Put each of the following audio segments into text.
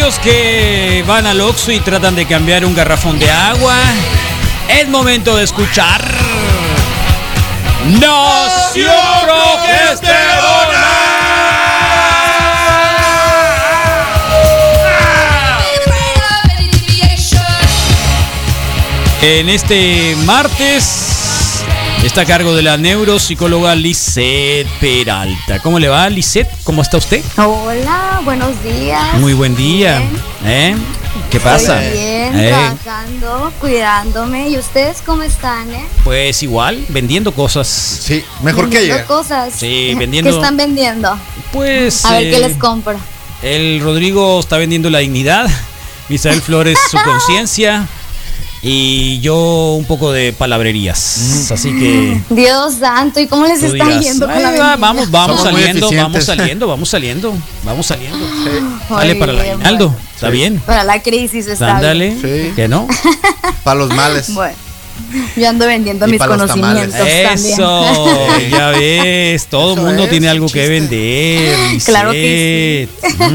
aquellos que van al Oxxo y tratan de cambiar un garrafón de agua, es momento de escuchar Nación Progesterona. En este martes está a cargo de la neuropsicóloga Lisette Peralta. ¿Cómo le va, Lisette? ¿Cómo está usted? Hola, buenos días. Muy buen día. ¿Qué pasa? Estoy bien, trabajando, cuidándome. ¿Y ustedes cómo están, Pues igual, vendiendo cosas. Sí, mejor que vendiendo ayer. Cosas. Sí, vendiendo. ¿Qué están vendiendo? Pues. A ver qué les compro. El Rodrigo está vendiendo la dignidad. Misael Flores su conciencia. Y yo un poco de palabrerías. Así que. Dios santo, ¿y cómo les está yendo con la vendimia? Vamos saliendo. Dale para el aguinaldo. Bueno. Está bien. Para la crisis está Ándale. Sí. ¿Que no? Para los males. Bueno, yo ando vendiendo Y mis para los conocimientos Eso, también. ya ves. Todo el Eso mundo es, tiene algo que chiste. vender. Claro que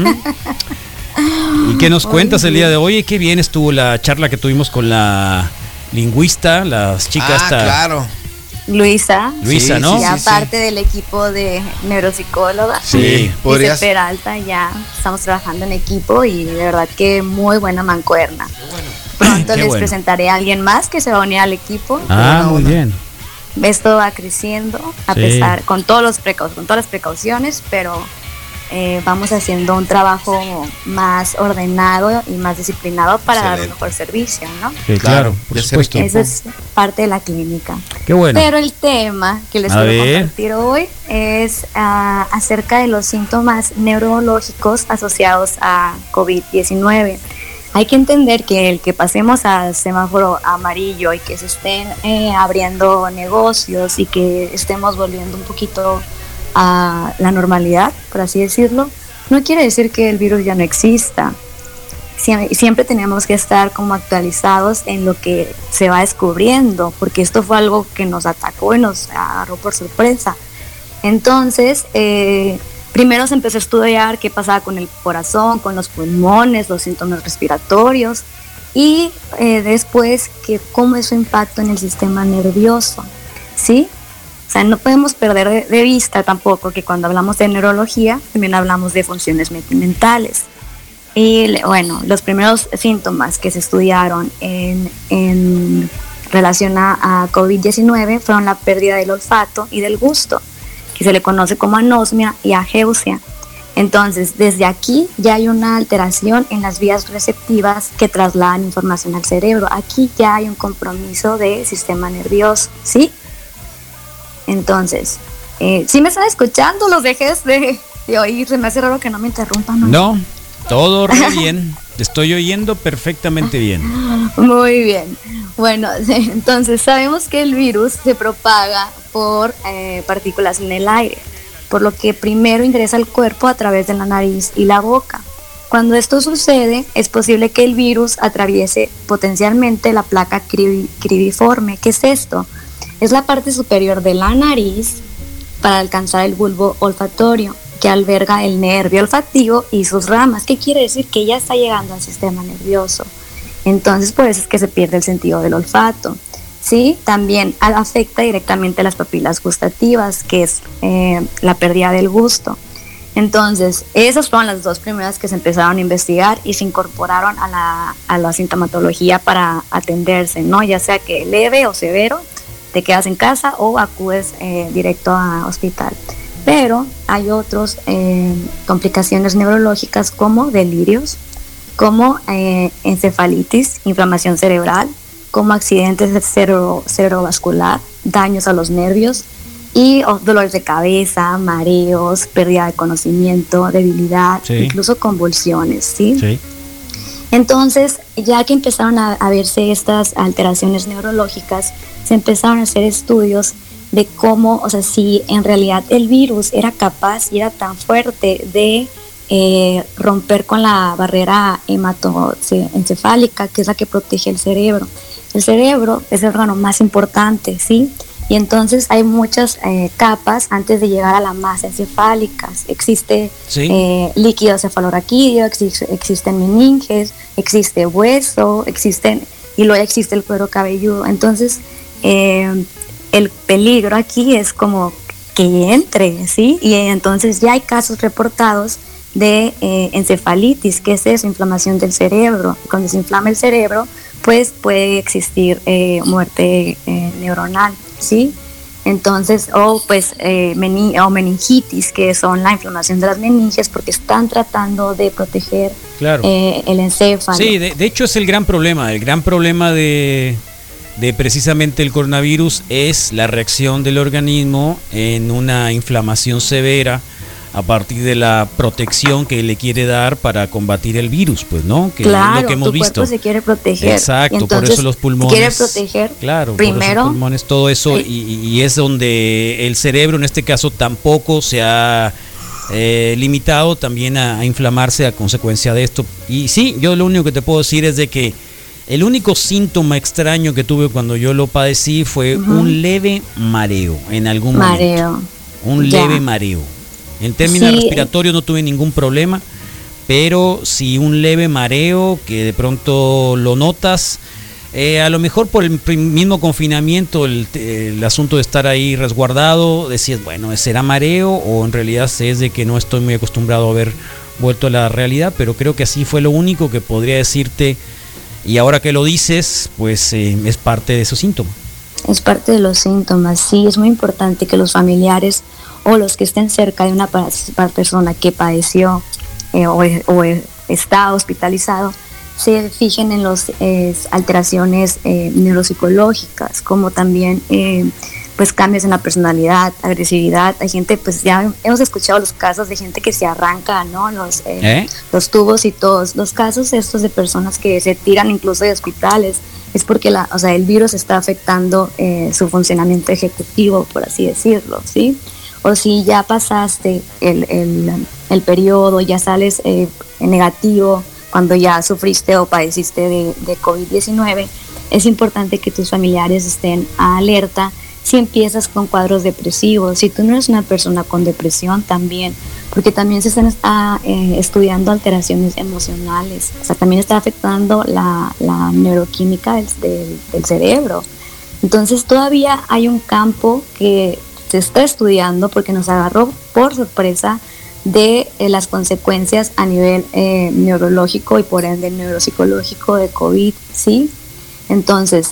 ¿Y qué nos cuentas el día de hoy? Qué bien estuvo la charla que tuvimos con la lingüista, las chicas. Claro. Luisa, Luisa, Sí, ¿no? ya sí. parte del equipo de neuropsicóloga. Sí. Podrías. Lisette Peralta, ya estamos trabajando en equipo y de verdad que muy buena mancuerna. Pronto Qué les bueno. presentaré a alguien más que se va a unir al equipo. Ah, buena muy onda. bien. Esto va creciendo a Sí. pesar con todas las precauciones, pero vamos haciendo un trabajo más ordenado y más disciplinado para dar un Excelente. mejor servicio, ¿no? Sí, claro, por de ser supuesto. equipo. Eso es parte de la clínica. Qué bueno. Pero el tema que les A quiero ver. compartir hoy es acerca de los síntomas neurológicos asociados a COVID-19. Hay que entender que el que pasemos al semáforo amarillo y que se estén abriendo negocios y que estemos volviendo un poquito a la normalidad, por así decirlo, no quiere decir que el virus ya no exista. Siempre tenemos que estar como actualizados en lo que se va descubriendo, porque esto fue algo que nos atacó y nos agarró por sorpresa. Entonces, primero se empezó a estudiar qué pasaba con el corazón, con los pulmones, los síntomas respiratorios y después cómo es su impacto en el sistema nervioso, ¿sí? O sea, no podemos perder de vista tampoco que cuando hablamos de neurología también hablamos de funciones mentales. Y bueno, los primeros síntomas que se estudiaron en relación a COVID-19 fueron la pérdida del olfato y del gusto, que se le conoce como anosmia y ageusia. Entonces, desde aquí ya hay una alteración en las vías receptivas que trasladan información al cerebro. Aquí ya hay un compromiso del sistema nervioso, ¿sí? Entonces, ¿sí me están escuchando? Los dejé de oír. Se me hace raro que no me interrumpan. No, todo re bien. Te estoy oyendo perfectamente bien. Muy bien. Bueno, entonces sabemos que el virus se propaga por partículas en el aire, por lo que primero ingresa al cuerpo a través de la nariz y la boca. Cuando esto sucede, es posible que el virus atraviese potencialmente la placa cribiforme. ¿Qué es esto? Es la parte superior de la nariz para alcanzar el bulbo olfatorio, que alberga el nervio olfativo y sus ramas. ¿Qué quiere decir? Que ya está llegando al sistema nervioso. Entonces, por eso es que se pierde el sentido del olfato. ¿Sí? También afecta directamente a las papilas gustativas, que es la pérdida del gusto. Entonces, esas fueron las dos primeras que se empezaron a investigar y se incorporaron a la sintomatología para atenderse, ¿no? Ya sea que leve o severo, te quedas en casa o acudes directo a hospital. Pero hay otras complicaciones neurológicas como delirios, como encefalitis, inflamación cerebral, como accidentes cerebrovascular, daños a los nervios y dolores de cabeza, mareos, pérdida de conocimiento, debilidad, Sí. incluso convulsiones, ¿sí? Sí. Entonces, ya que empezaron a verse estas alteraciones neurológicas, se empezaron a hacer estudios de cómo, o sea, si en realidad el virus era capaz y era tan fuerte de romper con la barrera hematoencefálica, que es la que protege el cerebro. El cerebro es el órgano más importante, ¿sí? Y entonces hay muchas capas antes de llegar a la masa encefálica. Existe líquido cefalorraquídeo, existen meninges, existe hueso, y luego existe el cuero cabelludo. Entonces, el peligro aquí es como que entre, ¿sí? Y entonces ya hay casos reportados de encefalitis, que es eso, inflamación del cerebro. Cuando se inflama el cerebro, pues puede existir muerte neuronal, ¿sí? Entonces, o meningitis, que son la inflamación de las meninges, porque están tratando de proteger el encéfalo. Sí, de hecho es el gran problema de precisamente el coronavirus es la reacción del organismo en una inflamación severa a partir de la protección que le quiere dar para combatir el virus, pues, ¿no? Que claro, es lo que hemos visto. Cuerpo se quiere proteger. Exacto, entonces, por eso los pulmones. Quiere proteger. Claro, primero. Por eso los pulmones, todo eso, y es donde el cerebro, en este caso, tampoco se ha limitado también a inflamarse a consecuencia de esto. Y sí, yo lo único que te puedo decir es de que el único síntoma extraño que tuve cuando yo lo padecí fue un leve mareo en algún momento. Un leve mareo. En términos respiratorios no tuve ningún problema, pero sí un leve mareo que de pronto lo notas, a lo mejor por el mismo confinamiento, el asunto de estar ahí resguardado, decías, bueno, ¿será mareo o en realidad es de que no estoy muy acostumbrado a haber vuelto a la realidad? Pero creo que así fue lo único que podría decirte, y ahora que lo dices, pues es parte de esos síntomas. Es parte de los síntomas, sí, es muy importante que los familiares o los que estén cerca de una persona que padeció o está hospitalizado se fijen en las alteraciones neuropsicológicas, como también pues cambios en la personalidad, agresividad. Hay gente, pues ya hemos escuchado los casos de gente que se arranca, ¿no? Los tubos y todos los casos estos de personas que se tiran incluso de hospitales, es porque el virus está afectando su funcionamiento ejecutivo, por así decirlo, ¿sí? O si ya pasaste el periodo, ya sales negativo, cuando ya sufriste o padeciste de COVID-19, es importante que tus familiares estén alerta si empiezas con cuadros depresivos. Si tú no eres una persona con depresión, también, porque también se están estudiando alteraciones emocionales, o sea, también está afectando la neuroquímica del cerebro. Entonces todavía hay un campo que se está estudiando porque nos agarró por sorpresa de las consecuencias a nivel neurológico y por ende neuropsicológico de COVID, ¿sí? Entonces,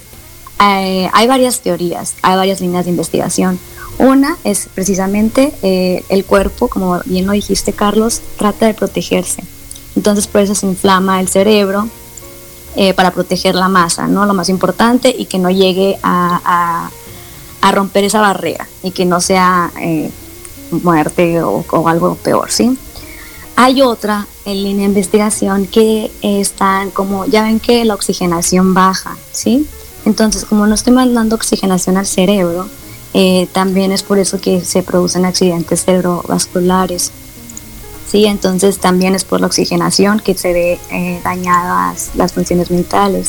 hay varias teorías, hay varias líneas de investigación. Una es precisamente el cuerpo, como bien lo dijiste, Carlos, trata de protegerse. Entonces, por eso se inflama el cerebro para proteger la masa, ¿no? Lo más importante, y que no llegue a romper esa barrera y que no sea muerte o algo peor, ¿sí? Hay otra línea de investigación que están como, ya ven que la oxigenación baja, ¿sí? Entonces, como no estoy mandando oxigenación al cerebro, también es por eso que se producen accidentes cerebrovasculares, ¿sí? Entonces también es por la oxigenación que se ve dañadas las funciones mentales.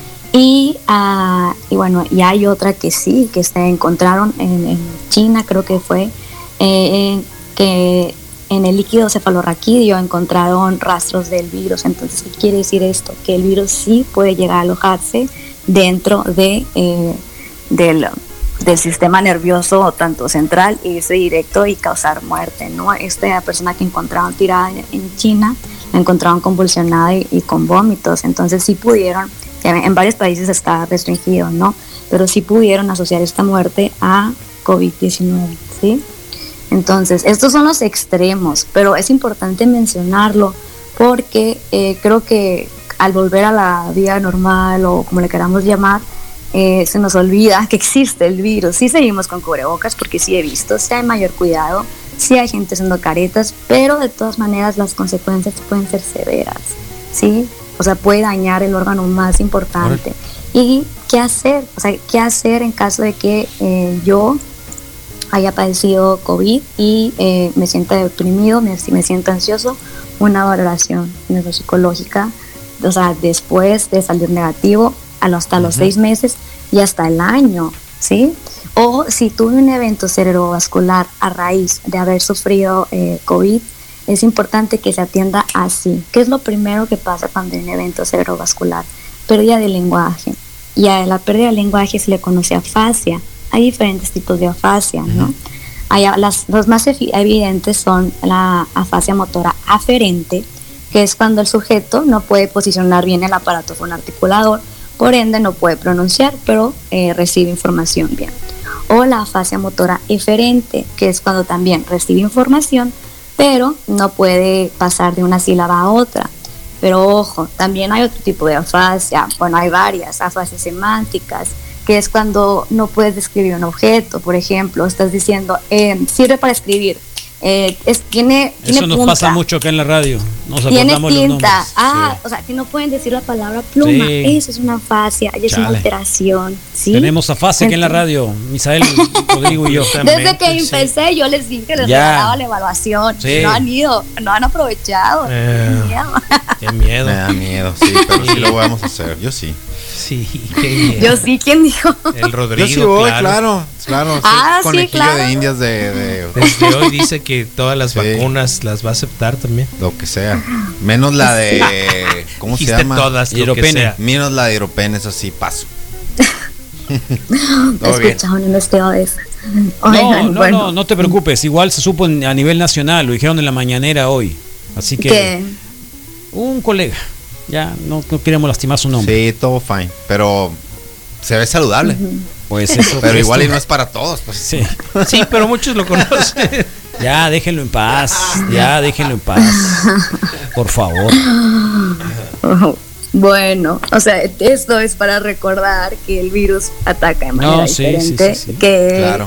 Y bueno, y hay otra que sí, que se encontraron en China, creo que fue, que en el líquido cefalorraquídeo encontraron rastros del virus. Entonces, ¿qué quiere decir esto? Que el virus sí puede llegar a alojarse dentro del sistema nervioso, tanto central, e irse directo y causar muerte, ¿no? Esta persona que encontraron tirada en China, la encontraron convulsionada y con vómitos. Entonces sí pudieron, en varios países está restringido, ¿no? Pero sí pudieron asociar esta muerte a COVID-19, ¿sí? Entonces, estos son los extremos, pero es importante mencionarlo porque creo que al volver a la vida normal, o como le queramos llamar, se nos olvida que existe el virus. Sí seguimos con cubrebocas porque sí he visto, sí hay mayor cuidado, sí hay gente haciendo caretas, pero de todas maneras las consecuencias pueden ser severas, ¿sí? O sea, puede dañar el órgano más importante. ¿Y qué hacer? O sea, ¿qué hacer en caso de que yo haya padecido COVID y me sienta deprimido, me sienta ansioso? Una valoración neuropsicológica, o sea, después de salir negativo, hasta los 6 meses y hasta el año, ¿sí? O si tuve un evento cerebrovascular a raíz de haber sufrido COVID, es importante que se atienda así. ¿Qué es lo primero que pasa cuando hay un evento cerebrovascular? Pérdida de lenguaje. Y a la pérdida de lenguaje se le conoce afasia. Hay diferentes tipos de afasia, ¿no? Los más evidentes son la afasia motora aferente, que es cuando el sujeto no puede posicionar bien el aparato fonoarticulador, por ende no puede pronunciar, pero recibe información bien. O la afasia motora eferente, que es cuando también recibe información, pero no puede pasar de una sílaba a otra. Pero ojo, también hay otro tipo de afasia, bueno, hay varias, afasias semánticas, que es cuando no puedes describir un objeto. Por ejemplo, estás diciendo, sirve para escribir, tiene eso nos punta, pasa mucho acá en la radio, nos tiene acordamos los tinta, nombres. o sea, que no pueden decir la palabra pluma, Sí. eso es una afasia, y es una alteración, ¿sí? Tenemos afasia aquí en la radio, Misael, Rodrigo y yo. Desde que empecé yo les dije que les regalaba la evaluación, Sí. no han ido, no han aprovechado. Qué miedo. Me da miedo, sí, pero sí lo vamos a hacer. Yo sí. Sí, qué miedo. Yo sí, ¿quién dijo? El Rodrigo, Yo sí voy, claro. Sí, Sí, conejillo claro. de indias de Desde hoy dice que todas las Sí. vacunas las va a aceptar también. lo que sea. Menos la de. ¿Cómo se Dijiste llama? todas, lo que Hidropene. sea. Menos la de Hidropen, eso sí, paso. Todo bien. Escucharon en ustedes. No te preocupes, igual se supo a nivel nacional, lo dijeron en la mañanera hoy, así que ¿Qué? un colega, ya no queremos lastimar su nombre. Sí, todo fine. Pero se ve saludable. Pues eso, Pero esto- igual y no es para todos. Pues. Sí. Sí, pero muchos lo conocen. Ya déjenlo en paz, por favor. Bueno, o sea, esto es para recordar que el virus ataca de manera No, sí, diferente, sí. que Claro.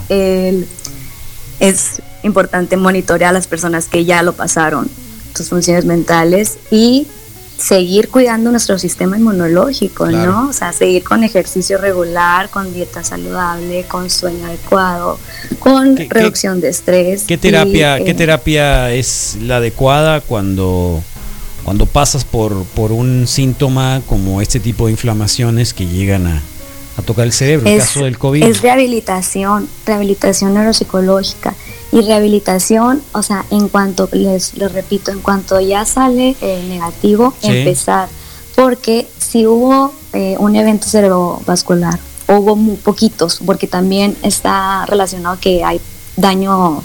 es importante monitorear a las personas que ya lo pasaron, sus funciones mentales, y seguir cuidando nuestro sistema inmunológico, Claro. ¿no? O sea, seguir con ejercicio regular, con dieta saludable, con sueño adecuado, con ¿Qué- reducción de estrés. ¿Qué terapia, y, qué terapia es la adecuada cuando pasas por un síntoma como este tipo de inflamaciones que llegan a tocar el cerebro, el caso del COVID? Es rehabilitación neuropsicológica y rehabilitación, o sea, en cuanto, les repito, en cuanto ya sale negativo, Sí. empezar, porque si hubo un evento cerebrovascular, hubo muy poquitos, porque también está relacionado que hay daño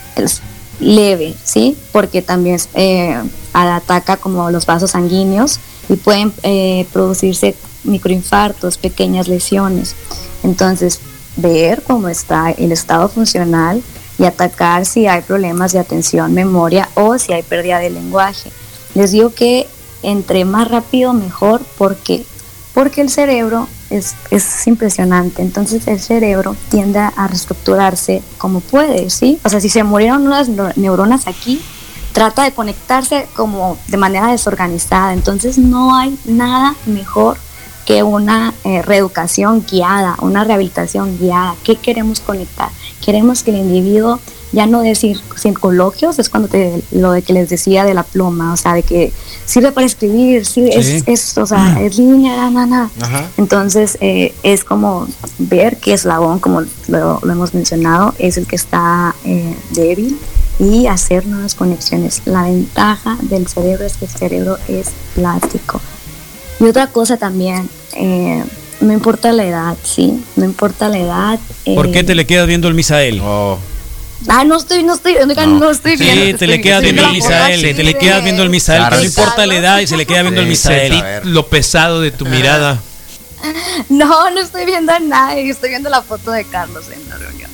leve, ¿sí? Porque también ataca como los vasos sanguíneos y pueden producirse microinfartos, pequeñas lesiones. Entonces, ver cómo está el estado funcional y atacar si hay problemas de atención, memoria o si hay pérdida de lenguaje. Les digo que entre más rápido mejor, porque el cerebro es impresionante. Entonces el cerebro tiende a reestructurarse como puede, ¿sí? O sea, si se murieron unas neuronas aquí, trata de conectarse como de manera desorganizada. Entonces no hay nada mejor que una reeducación guiada, una rehabilitación guiada. ¿Qué queremos conectar? Queremos que el individuo ya no decir coloquios, es cuando lo de que les decía de la pluma, o sea, de que sirve para escribir, sí. O sea, es línea, Ajá. Entonces es como ver qué eslabón, como lo hemos mencionado, es el que está débil, y hacer nuevas conexiones. La ventaja del cerebro es que el cerebro es plástico. Y otra cosa también, no importa la edad, ¿sí? No importa la edad. ¿Por qué te le quedas viendo el Misael? Oh, No estoy viendo. Sí, te le quedas viendo el Misael, te le quedas viendo el Misael, Claro. no importa la edad y se le queda viendo el Sí, Misael. a ver. Lo pesado de tu mirada. No estoy viendo a nadie, estoy viendo la foto de Carlos en la reunión.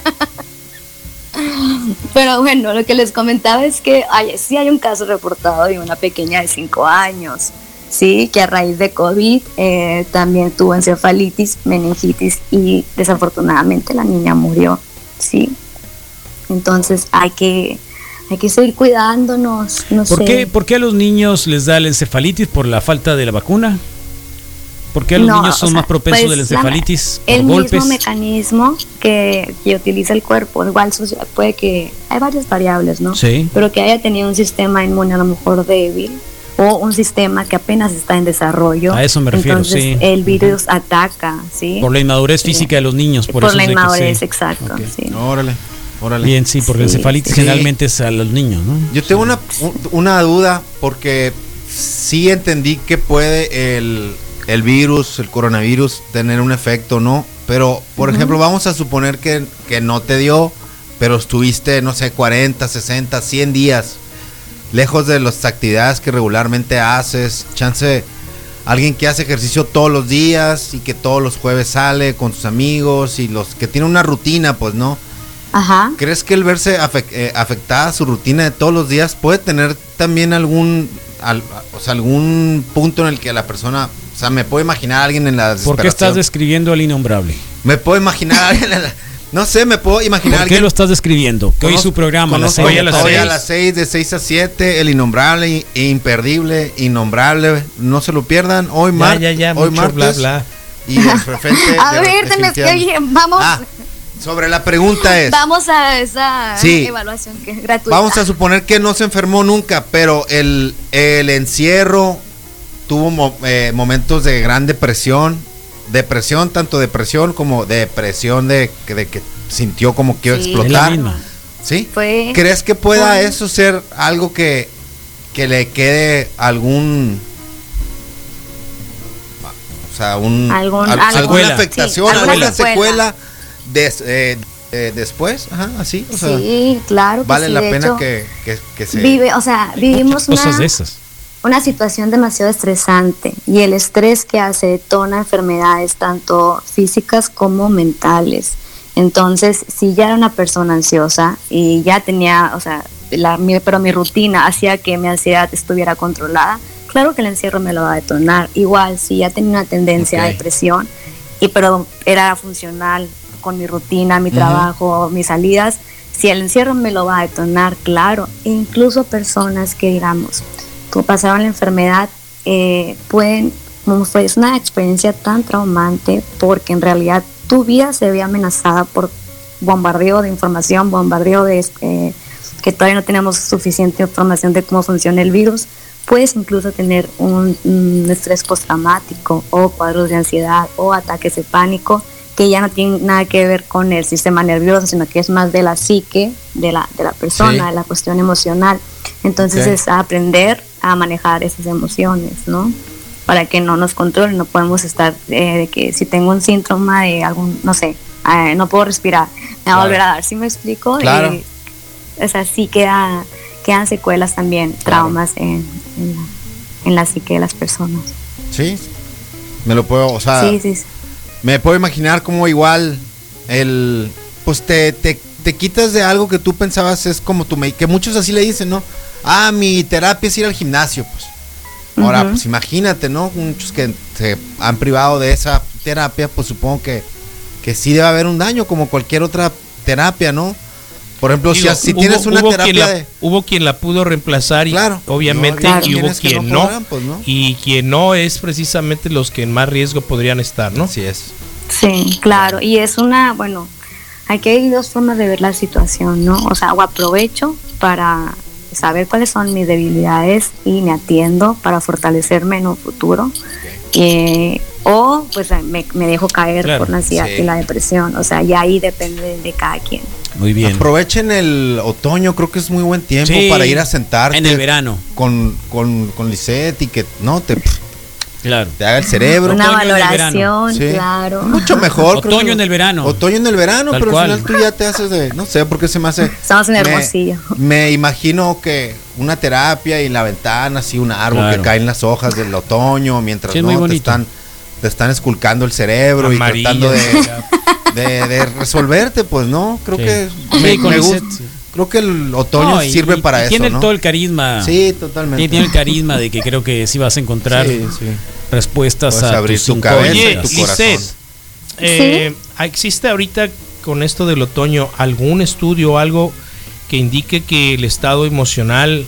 Pero bueno, lo que les comentaba es que sí hay un caso reportado de una pequeña de 5 años, sí, que a raíz de COVID también tuvo encefalitis, meningitis, y desafortunadamente la niña murió, sí. Entonces hay que seguir cuidándonos, no sé. ¿Por qué a los niños les da la encefalitis? ¿Por la falta de la vacuna? ¿Por qué a los niños son más propensos de la encefalitis? ¿Por El golpes? mismo mecanismo que utiliza el cuerpo. Igual puede que hay varias variables, ¿no? Sí. Pero que haya tenido un sistema inmune a lo mejor débil, o un sistema que apenas está en desarrollo. A eso me refiero, entonces, sí. el virus ataca, ¿sí? Por la inmadurez física de los niños, por eso la sé que inmadurez, sí. exacto, Ok. sí. Órale, órale. Bien, sí, porque la Sí, encefalitis sí. generalmente es a los niños, ¿no? Yo tengo una duda porque sí entendí que puede el virus, el coronavirus, tener un efecto, ¿no? Pero, por ejemplo, vamos a suponer que no te dio, pero estuviste, no sé, 40, 60, 100 días lejos de las actividades que regularmente haces. Chance, alguien que hace ejercicio todos los días y que todos los jueves sale con sus amigos y los que tiene una rutina, pues, ¿no? Ajá. ¿Crees que el verse afectada su rutina de todos los días puede tener también algún punto en el que la persona, o sea, me puedo imaginar a alguien en la desesperación? ¿Por qué estás describiendo al innombrable? Me puedo imaginar a alguien no sé, me puedo imaginar a ¿Por qué alguien. lo estás describiendo? Que hoy su programa a las Conozco seis de la hoy tarde. a las 6, de 6 a 7, el innombrable, imperdible, innombrable, no se lo pierdan. Hoy, Ya, hoy mucho martes. bla, bla. Y de repente. A ver, oye, vamos. Sobre la pregunta es. Vamos a esa Sí. evaluación que es gratuita. Vamos a suponer que no se enfermó nunca, pero el encierro tuvo momentos de gran depresión, tanto depresión como depresión de que sintió como que iba a Sí. explotar. Es la misma. ¿Sí? Fue- ¿Crees que pueda fue- eso ser algo que le quede algún, o sea, alguna secuela. afectación, Sí, alguna alguna secuela después? Ajá, así, o sea, Sí, claro que vale sí, la de pena hecho, que se vivimos Cosas de esas. una situación demasiado estresante y el estrés que hace detona enfermedades tanto físicas como mentales. Entonces, si ya era una persona ansiosa y ya tenía, o sea, pero mi rutina hacía que mi ansiedad estuviera controlada, claro que el encierro me lo va a detonar. Igual, si ya tenía una tendencia a Ok. depresión, pero era funcional con mi rutina, mi trabajo, mis salidas, si el encierro me lo va a detonar, claro. E incluso personas que, digamos, como pasaron la enfermedad, es una experiencia tan traumante porque en realidad tu vida se ve amenazada por bombardeo de información, bombardeo de que todavía no tenemos suficiente información de cómo funciona el virus. Puedes incluso tener un estrés postraumático o cuadros de ansiedad o ataques de pánico que ya no tienen nada que ver con el sistema nervioso, sino que es más de la psique de la persona, Sí. de la cuestión emocional. Entonces Ok. es aprender a manejar esas emociones, ¿no? Para que no nos controlen, no podemos estar de que si tengo un síntoma de algún, no sé, no puedo respirar, me va Claro. a volver a dar, ¿sí me explico? Claro. O sea, sí quedan secuelas también, traumas en la psique de las personas. Sí, me lo puedo, o sea, Sí, sí, sí. me puedo imaginar como igual pues te quitas de algo que tú pensabas es como que muchos así le dicen, ¿no? Ah, mi terapia es ir al gimnasio, pues. Ahora, Ujú. pues imagínate, ¿no? Muchos que se han privado de esa terapia, pues supongo que sí debe haber un daño como cualquier otra terapia, ¿no? Por ejemplo, Digo, si tienes una terapia hubo quien la pudo reemplazar y Claro. obviamente No, y hubo quienes que quien no no, podrán, pues, ¿no? y quien no es precisamente los que en más riesgo podrían estar, ¿no? Así es. Sí, claro. Y es aquí hay dos formas de ver la situación, ¿no? O sea, o aprovecho para saber cuáles son mis debilidades y me atiendo para fortalecerme en un futuro. O pues me dejo caer Claro, por la ansiedad sí. y la depresión. O sea, y ahí depende de cada quien. Muy bien. Aprovechen el otoño, creo que es muy buen tiempo Sí, para ir a sentarte en el verano. con Lisette y que no te Claro. haga el cerebro. Una Otoño en el valoración, Sí. claro. Mucho mejor. creo Otoño que- en el verano. Otoño en el verano, Tal pero cual. al final tú ya te haces de, no sé por qué se me hace. Estamos en Hermosillo. Me imagino que una terapia y la ventana, así un árbol Claro. que caen las hojas del otoño mientras Sí, es muy no te bonito. están esculcando el cerebro Amarilla. y tratando de resolverte, pues no, creo Sí. que Sí, con me gusta. Lisette, sí. Creo que el otoño No, y- sirve y para eso, tiene ¿no? todo el carisma. Sí, totalmente. Sí, tiene el carisma de que creo que sí vas a encontrar Sí, sí. respuestas Puedes a abrir tus tu cabeza. Oye, incógnitas. tu corazón. Lisette, ¿existe ahorita con esto del otoño algún estudio o algo que indique que el estado emocional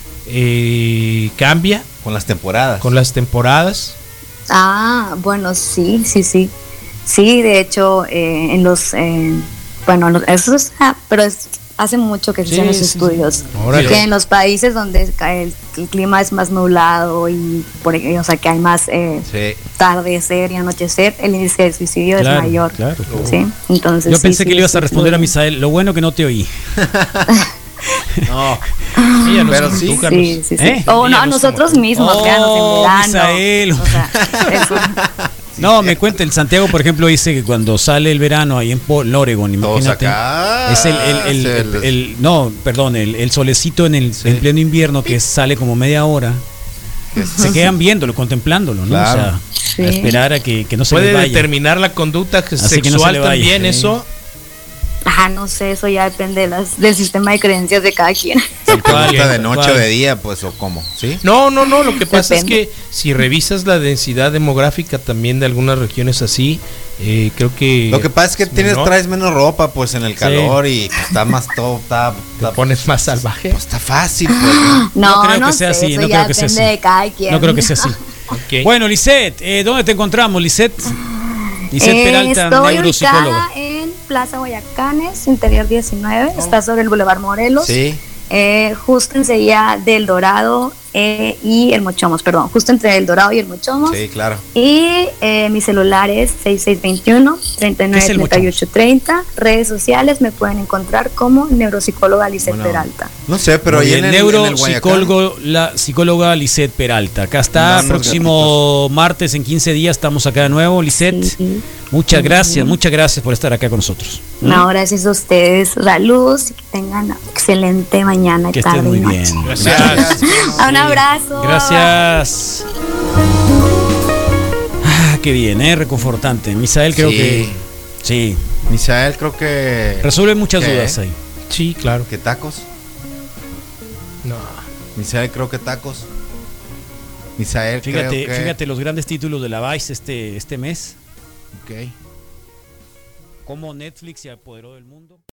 cambia Con las temporadas. con las temporadas? Bueno, sí. Sí, de hecho, eso pero hace mucho que se Sí, hacen los sí, estudios. Órale. Que en los países donde el clima es más nublado y o sea que hay más Sí. atardecer y anochecer, el índice de suicidio Claro, es mayor. claro. ¿Sí? Entonces, Yo sí, pensé sí, que le ibas sí, a responder a influye. Misael. Lo bueno que no te oí. No, Ella nos Pero contó, sí. Carlos. Sí, sí, sí. ¿Eh? O no, Ella a nos nosotros contó. mismos, Oh, véanos en verano. Misael. O sea, eso. No, me cuenta, el Santiago, por ejemplo, dice que cuando sale el verano ahí en Oregon, todos imagínate. acá. Es el solecito en Sí. en pleno invierno que sale como media hora. Se quedan viéndolo, contemplándolo, ¿no? Claro. O sea, Sí. a esperar a que no se Puede les vaya. determinar la conducta Así que no se sexual le vaya. también, Sí. eso. No sé, eso ya depende del sistema de creencias de cada quien. ¿Te gusta de Tal noche cual. o de día? Pues, o cómo, ¿sí? No, lo que pasa Depende. es que si revisas la densidad demográfica también de algunas regiones así, creo que... Lo que pasa es que menor, traes menos ropa, pues, en el calor y pues, está más todo, te pones más salvaje. pues, está fácil, pues. ¿no? No creo No que sea sé, así, eso no ya creo que sea depende así. de cada quien. No creo que sea así. Ok. Bueno, Lisette, ¿dónde te encontramos, Lisette? Lisette Peralta, Estoy neuropsicóloga. ubicada en Plaza Guayacanes, Interior 19, está sobre el Boulevard Morelos. Sí. Justo enseguida del Dorado y el Mochomos, perdón, justo entre el Dorado y el Mochomos. Sí, claro. Y mi celular es 6621 393830. Redes sociales me pueden encontrar como neuropsicóloga Lisette Bueno, Peralta. No sé, pero Muy ahí bien, en el Guayacán. neuropsicólogo, la psicóloga Lisette Peralta. Acá está, Unos próximo martes en 15 días estamos acá de nuevo, Lisette. Sí. Muchas gracias por estar acá con nosotros. No, gracias a ustedes. Salud y que tengan una excelente mañana, Que tarde estés muy y noche. bien. Gracias. Un abrazo. Gracias. Qué bien, reconfortante. Misael creo Sí. que sí, Misael, creo que. resuelve muchas ¿Qué? dudas ahí. Sí, claro. ¿Que tacos? No. Misael, creo que tacos. Misael, creo que. Fíjate los grandes títulos de la Vice este mes. Ok. Cómo Netflix se apoderó del mundo.